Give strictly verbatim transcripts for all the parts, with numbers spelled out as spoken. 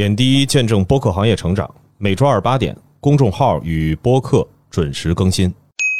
点滴见证播客行业成长，每周二八点，公众号与播客准时更新。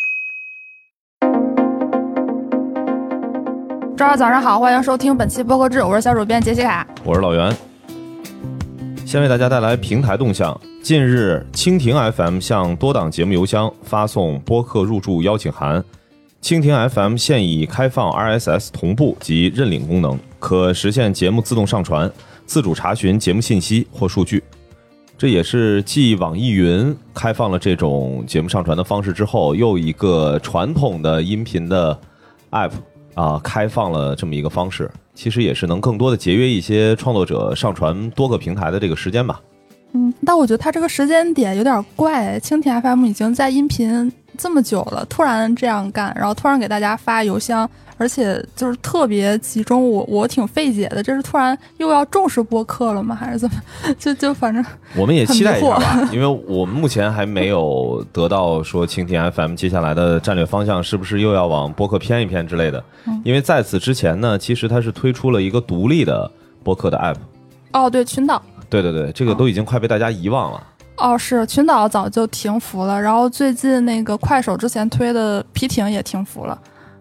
周二早上好，欢迎收听本期播客志，我是小主编杰西卡， 我是老袁。先为大家带来平台动向。近日，蜻蜓 F M 向多档节目邮箱发送播客入驻邀请函。蜻蜓 F M 现已开放 R S S 同步及认领功能，可实现节目自动上传，自主查询节目信息或数据。这也是继网易云开放了这种节目上传的方式之后，又一个传统的音频的 App 啊，开放了这么一个方式，其实也是能更多的节约一些创作者上传多个平台的这个时间吧。 嗯，但我觉得它这个时间点有点怪，蜻蜓 F M 已经在音频这么久了，突然这样干，然后突然给大家发邮箱，而且就是特别集中，我我挺费解的，这是突然又要重视播客了吗？还是怎么？就就反正我们也期待一下吧，因为我们目前还没有得到说蜻蜓 F M 接下来的战略方向是不是又要往播客偏一偏之类的。嗯、因为在此之前呢，其实它是推出了一个独立的播客的 app。 哦，对，群岛。对对对，这个都已经快被大家遗忘了。 哦，是群岛早就停服了，然后最近那个快手之前推的皮艇也停服了。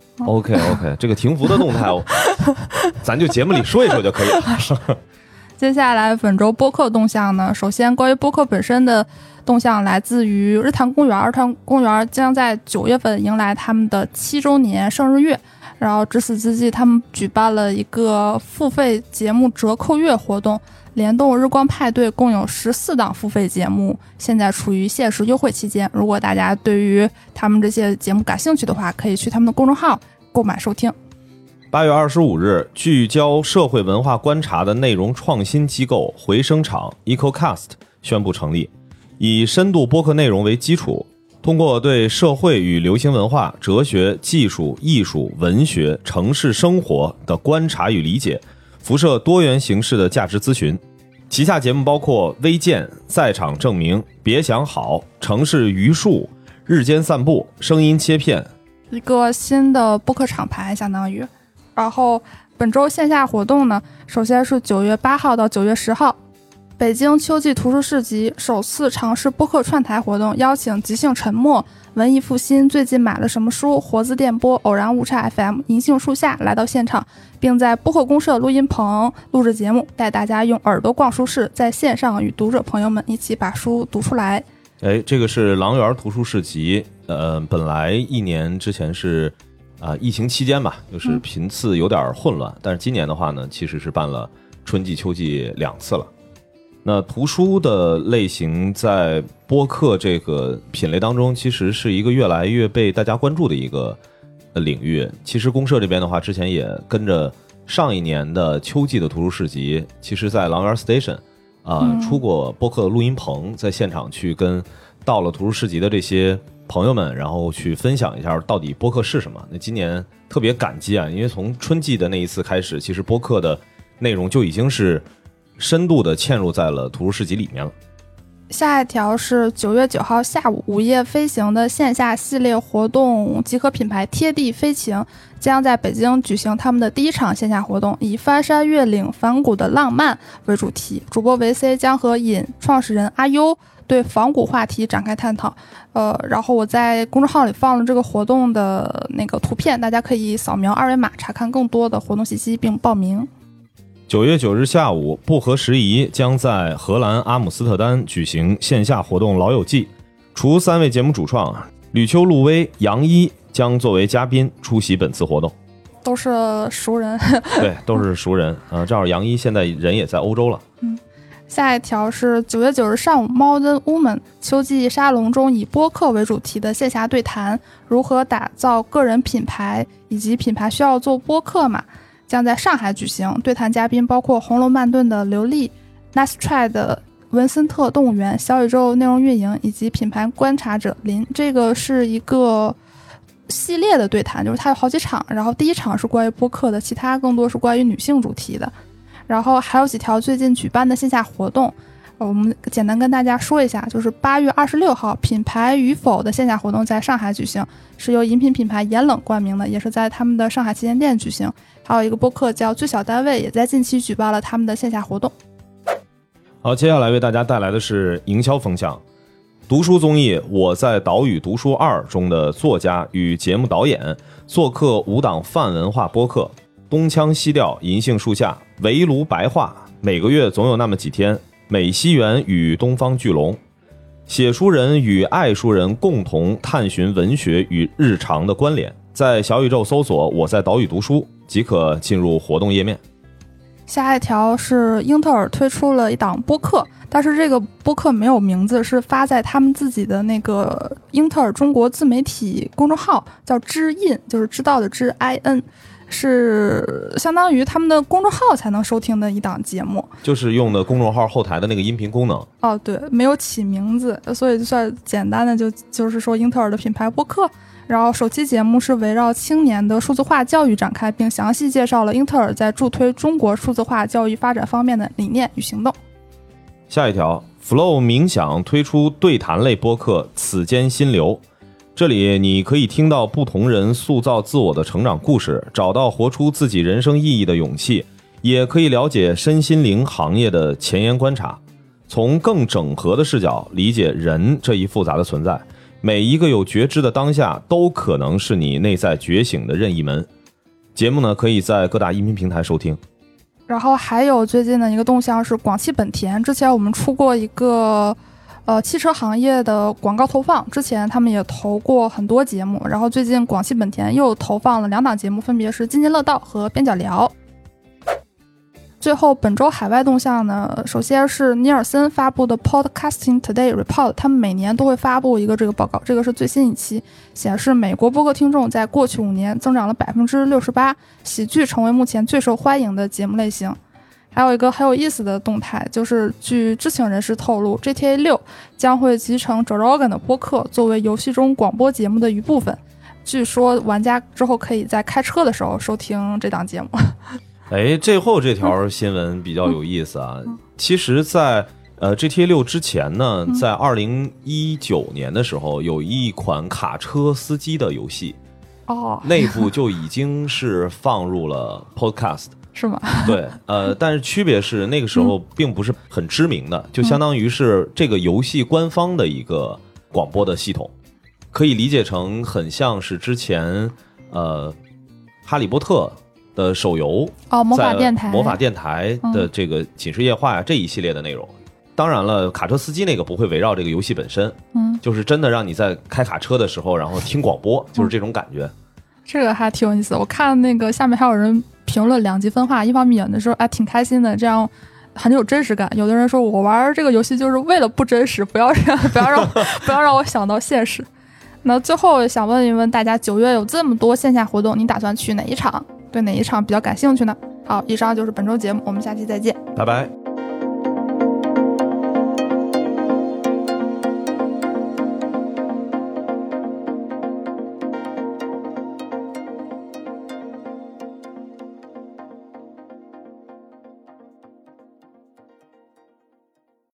OK OK， 这个停服的动态，咱就节目里说一说就可以了。 接下来本周播客动向呢，首先关于播客本身的动向来自于日坛公园，日坛公园将在九月份迎来他们的七周年生日月。然后值此之际，他们举办了一个付费节目折扣月活动，联动日光派对共有十四档付费节目，现在处于限时优惠期间。如果大家对于他们这些节目感兴趣的话，可以去他们的公众号购买收听。 八月二十五日，聚焦社会文化观察的内容创新机构回声场 EcoCast 宣布成立，以深度播客内容为基础，通过对社会与流行文化、哲学、技术、艺术、文学、城市生活的观察与理解，辐射多元形式的价值咨询。旗下节目包括微见、在场证明、别想好、城市榆树、日间散步、声音切片， 一个新的播客厂牌相当于。然后本周线下活动呢，首先是九月八号到九月十号，北京秋季图书市集首次尝试播客串台活动，邀请即兴沉默、文艺复兴、最近买了什么书、活字电波、偶然误差 F M、银杏树下来到现场，并在播客公社录音棚录制节目，带大家用耳朵逛书市，在线上与读者朋友们一起把书读出来。 哎，这个是狼园图书市集，呃，本来一年之前是啊、呃，疫情期间吧，就是频次有点混乱、嗯，但是今年的话呢，其实是办了春季、秋季两次了。那图书的类型在播客这个品类当中，其实是一个越来越被大家关注的一个领域。其实公社这边的话，之前也跟着上一年的秋季的图书市集，其实在狼园 Station 啊、呃嗯、出过播客录音棚，在现场去跟到了图书市集的这些朋友们，然后去分享一下到底播客是什么。那今年特别感激啊，因为从春季的那一次开始，其实播客的内容就已经是深度的嵌入在了图书市集里面了。 下一条是九月九号下午，午夜飞行的线下系列活动集合品牌贴地飞行将在北京举行他们的第一场线下活动，以翻山越岭仿古的浪漫为主题。主播维 C 将和尹创始人阿优对仿古话题展开探讨。呃，然后我在公众号里放了这个活动的那个图片，大家可以扫描二维码查看更多的活动信息并报名。 九月九日下午，不合时宜将在荷兰阿姆斯特丹举行线下活动《老友记》，除三位节目主创吕秋、陆威、杨一将作为嘉宾出席本次活动， 都是熟人。 对，都是熟人啊、呃！正好杨一现在人也在欧洲了。 嗯，下一条是九月九日上午 Modern Woman 秋季沙龙中以播客为主题的线下对谈，如何打造个人品牌以及品牌需要做播客嘛，将在上海举行。对谈嘉宾包括红楼慢炖的刘丽、Nice Try 的文森特动物园、小宇宙内容运营以及品牌观察者林。这个是一个系列的对谈，就是它有好几场，然后第一场是关于播客的，其他更多是关于女性主题的。然后还有几条最近举办的线下活动，我们简单跟大家说一下，就是八月二十六号品牌与否的线下活动在上海举行，是由饮品品牌严冷冠名的，也是在他们的上海旗舰店举行。还有一个播客叫最小单位，也在近期举办了他们的线下活动。 好，接下来为大家带来的是营销风向。读书综艺《我在岛屿读书二》中的作家与节目导演做客五档泛文化播客，东腔西调，银杏树下，围炉白话，每个月总有那么几天，美西园与东方巨龙，写书人与爱书人共同探寻文学与日常的关联。在小宇宙搜索我在岛屿读书即可进入活动页面。 下一条是英特尔推出了一档播客，但是这个播客没有名字，是发在他们自己的那个英特尔中国自媒体公众号，叫知印，就是知道的知 I N， 是相当于他们的公众号才能收听的一档节目， 就是用的公众号后台的那个音频功能。 哦，对，没有起名字，所以就算简单的就就是说英特尔的品牌播客。然后首期节目是围绕青年的数字化教育展开，并详细介绍了英特尔在助推中国数字化教育发展方面的理念与行动。 下一条 Flow 冥想推出对谈类播客此间心流，这里你可以听到不同人塑造自我的成长故事，找到活出自己人生意义的勇气，也可以了解身心灵行业的前沿观察，从更整合的视角理解人这一复杂的存在。每一个有觉知的当下都可能是你内在觉醒的任意门。节目呢可以在各大音频平台收听。 然后还有最近的一个动向是广汽本田，之前我们出过一个呃汽车行业的广告投放，之前他们也投过很多节目，然后最近广汽本田又投放了两档节目，分别是津津乐道和边角聊。最后本周海外动向呢，首先是尼尔森发布的 Podcasting Today Report， 他们每年都会发布一个这个报告，这个是最新一期，显示美国播客听众在过去五年增长了 百分之六十八， 喜剧成为目前最受欢迎的节目类型。还有一个很有意思的动态，就是据知情人士透露 G T A 六 将会集成 Joe Rogan 的播客作为游戏中广播节目的一部分，据说玩家之后可以在开车的时候收听这档节目。 哎，最后这条新闻比较有意思啊。嗯、其实在呃 G T A 六之前呢，在二零一九年的时候，有一款卡车司机的游戏， 哦， 内部就已经是放入了 Podcast， 是吗？ 对，呃，但是区别是那个时候并不是很知名的，就相当于是这个游戏官方的一个广播的系统，可以理解成很像是之前呃哈利波特的手游哦，魔法电台， 魔法电台的这个寝室夜话呀、嗯、这一系列的内容。当然了，卡车司机那个不会围绕这个游戏本身，嗯，就是真的让你在开卡车的时候，然后听广播，就是这种感觉。嗯、 这个还挺有意思的。我看那个下面还有人评论两极分化，一方面有的时候哎挺开心的，这样很有真实感；有的人说我玩这个游戏就是为了不真实，不要让不要让不要让我想到现实。那最后想问一问大家，九月有这么多线下活动，你打算去哪一场？对哪一场比较感兴趣呢？好，以上就是本周节目，我们下期再见， 拜拜。